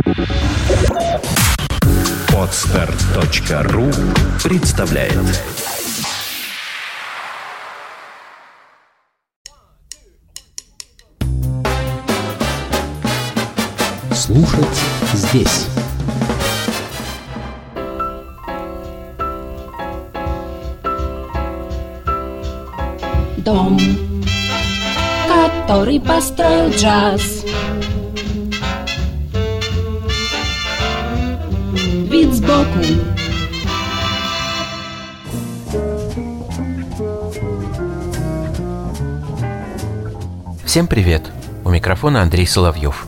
Podster.ru представляет. Слушать здесь. Дом, который построил джаз. Вид сбоку. Всем привет! У микрофона Андрей Соловьев.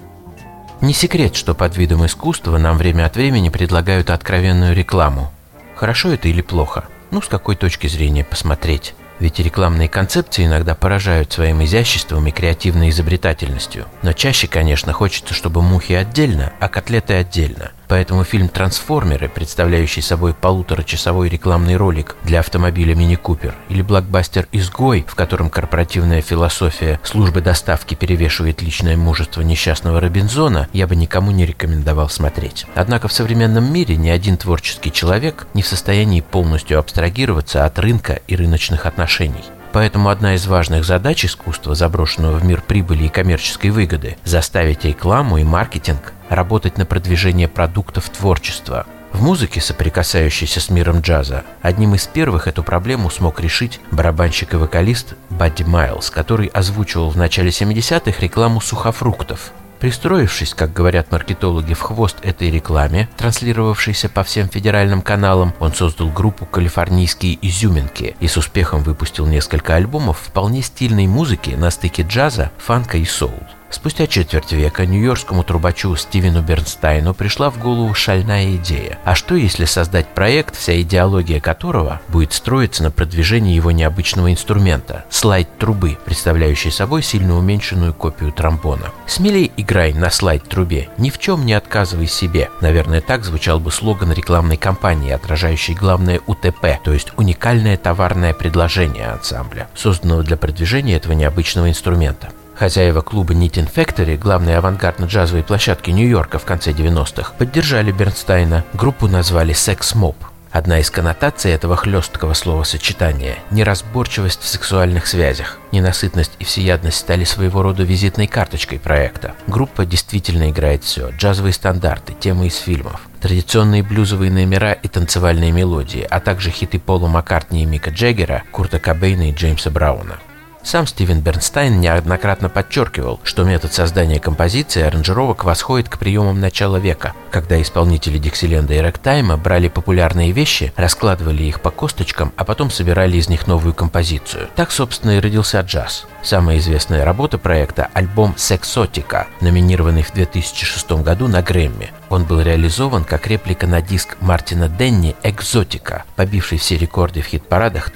Не секрет, что под видом искусства нам время от времени предлагают откровенную рекламу. Хорошо это или плохо? С какой точки зрения посмотреть? Ведь рекламные концепции иногда поражают своим изяществом и креативной изобретательностью. Но чаще, конечно, хочется, чтобы мухи отдельно, а котлеты отдельно. Поэтому фильм «Трансформеры», представляющий собой полуторачасовой рекламный ролик для автомобиля Мини Купер, или блокбастер «Изгой», в котором корпоративная философия службы доставки перевешивает личное мужество несчастного Робинзона, я бы никому не рекомендовал смотреть. Однако в современном мире ни один творческий человек не в состоянии полностью абстрагироваться от рынка и рыночных отношений. Поэтому одна из важных задач искусства, заброшенного в мир прибыли и коммерческой выгоды, заставить рекламу и маркетинг работать на продвижение продуктов творчества. В музыке, соприкасающейся с миром джаза, одним из первых эту проблему смог решить барабанщик и вокалист Бадди Майлз, который озвучивал в начале 70-х рекламу сухофруктов. Пристроившись, как говорят маркетологи, в хвост этой рекламе, транслировавшейся по всем федеральным каналам, он создал группу «Калифорнийские изюминки» и с успехом выпустил несколько альбомов вполне стильной музыки на стыке джаза, фанка и соул. Спустя четверть века нью-йоркскому трубачу Стивену Бернстайну пришла в голову шальная идея. А что если создать проект, вся идеология которого будет строиться на продвижении его необычного инструмента – слайд-трубы, представляющей собой сильно уменьшенную копию тромбона. «Смелей играй на слайд-трубе, ни в чем не отказывай себе». Наверное, так звучал бы слоган рекламной кампании, отражающий главное УТП, то есть уникальное товарное предложение ансамбля, созданного для продвижения этого необычного инструмента. Хозяева клуба Knitting Factory, главной авангардно-джазовой площадки Нью-Йорка в конце 90-х, поддержали Бернстайна. Группу назвали «Sex Mob». Одна из коннотаций этого хлесткого словосочетания – неразборчивость в сексуальных связях. Ненасытность и всеядность стали своего рода визитной карточкой проекта. Группа действительно играет все – джазовые стандарты, темы из фильмов, традиционные блюзовые номера и танцевальные мелодии, а также хиты Пола Маккартни и Мика Джаггера, Курта Кобейна и Джеймса Брауна. Сам Стивен Бернстайн неоднократно подчеркивал, что метод создания композиции и аранжировок восходит к приемам начала века, когда исполнители Диксиленда и Рэктайма брали популярные вещи, раскладывали их по косточкам, а потом собирали из них новую композицию. Так, собственно, и родился джаз. Самая известная работа проекта – альбом «Сексотика», номинированный в 2006 году на Грэмми. Он был реализован как реплика на диск Мартина Денни «Экзотика», побивший все рекорды в хит-парадах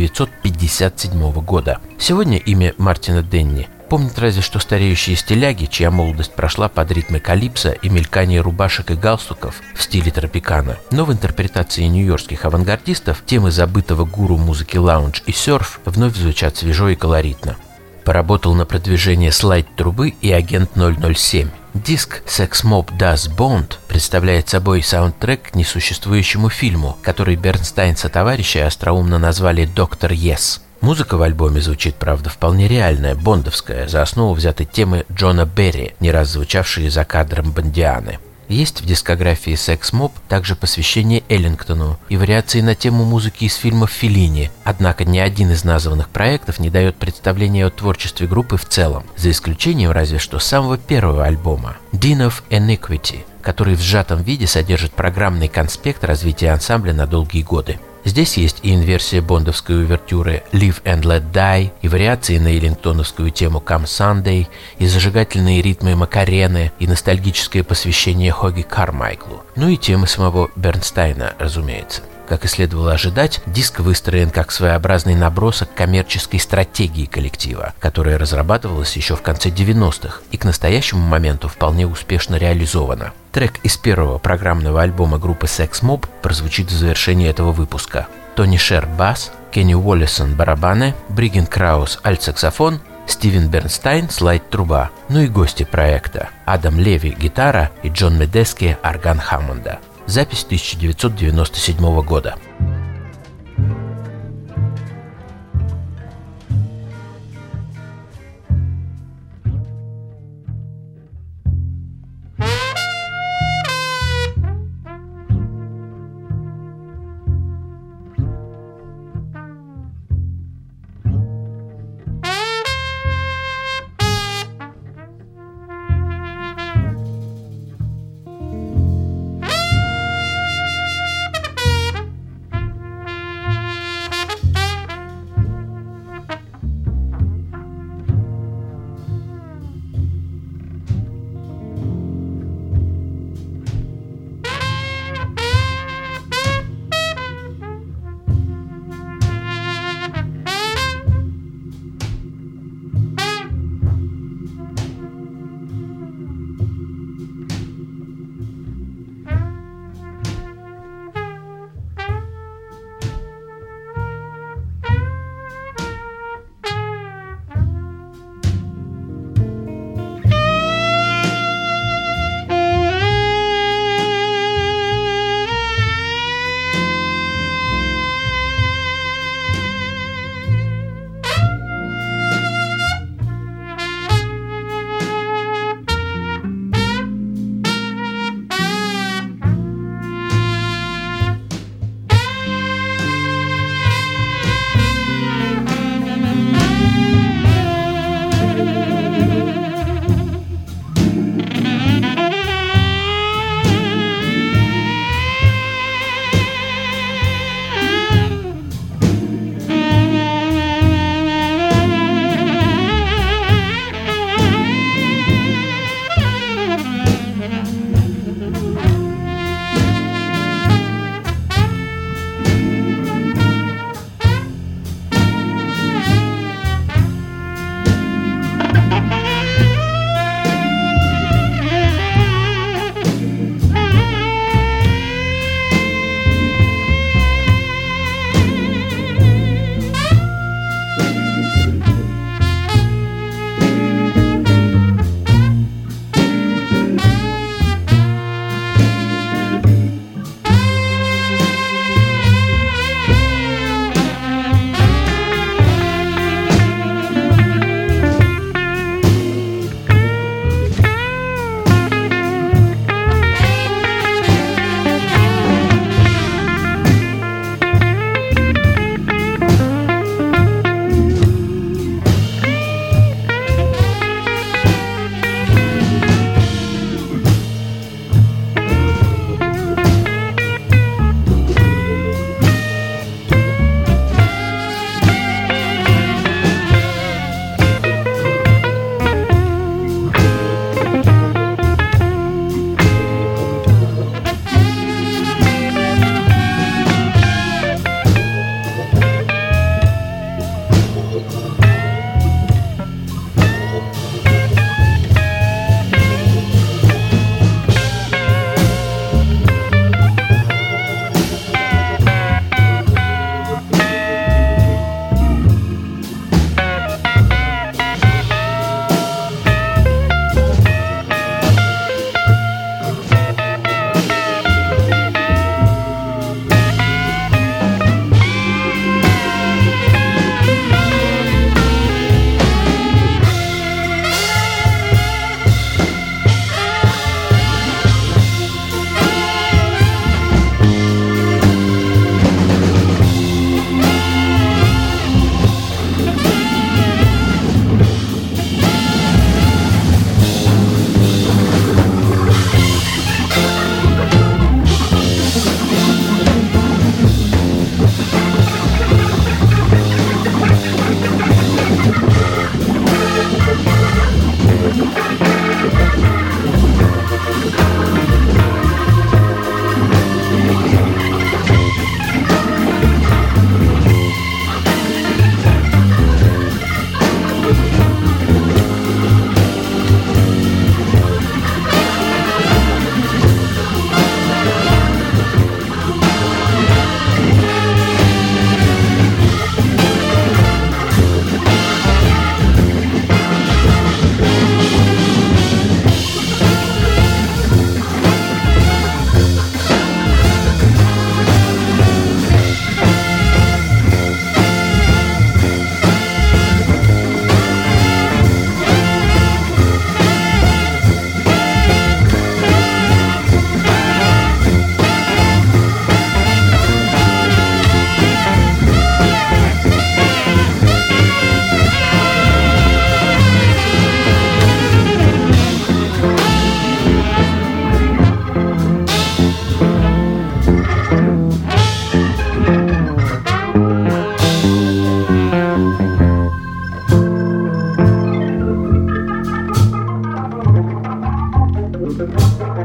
1957 года. Сегодня имя Мартина Денни помнят разве что стареющие стиляги, чья молодость прошла под ритмы калипсо и мелькание рубашек и галстуков в стиле тропикана. Но в интерпретации нью-йоркских авангардистов темы забытого гуру музыки лаунж и серф вновь звучат свежо и колоритно. Поработал на продвижение слайд-трубы и агент 007. Диск «Sex Mob Does Bond» представляет собой саундтрек к несуществующему фильму, который Бернстайн сотоварищи остроумно назвали «Доктор Yes». Музыка в альбоме звучит, правда, вполне реальная, бондовская, за основу взяты темы Джона Берри, не раз звучавшие за кадром Бондианы. Есть в дискографии Sex Mob также посвящение Эллингтону и вариации на тему музыки из фильмов Феллини, однако ни один из названных проектов не дает представления о творчестве группы в целом, за исключением разве что самого первого альбома «Den of Iniquity», который в сжатом виде содержит программный конспект развития ансамбля на долгие годы. Здесь есть и инверсия бондовской увертюры «Live and Let Die», и вариации на эллингтоновскую тему «Come Sunday», и зажигательные ритмы Макарены, и ностальгическое посвящение Хоги Кармайклу. И темы самого Бернстайна, разумеется. Как и следовало ожидать, диск выстроен как своеобразный набросок коммерческой стратегии коллектива, которая разрабатывалась еще в конце 90-х и к настоящему моменту вполне успешно реализована. Трек из первого программного альбома группы Sex Mob прозвучит в завершении этого выпуска. Тони Шер – бас, Кенни Уоллисон – барабаны, Бриген Краус – альт-саксофон, Стивен Бернстайн – слайд-труба, ну и гости проекта – Адам Леви – гитара и Джон Медески – орган Хаммонда. Запись 1997 года.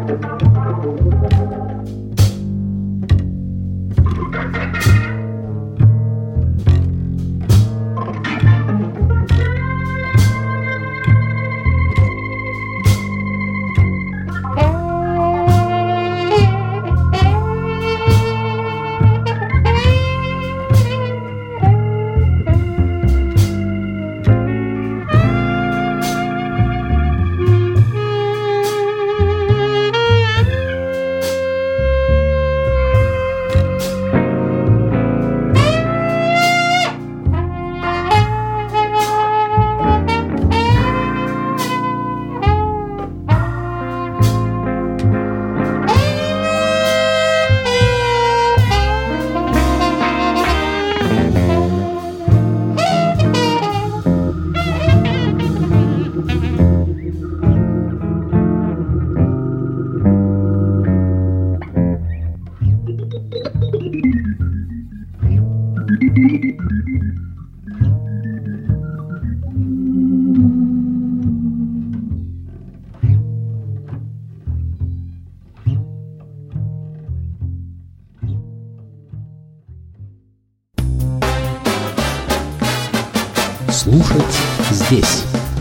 Слушать здесь.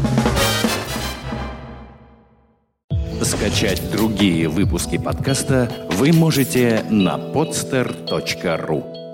Скачать другие выпуски подкаста вы можете на podster.ru.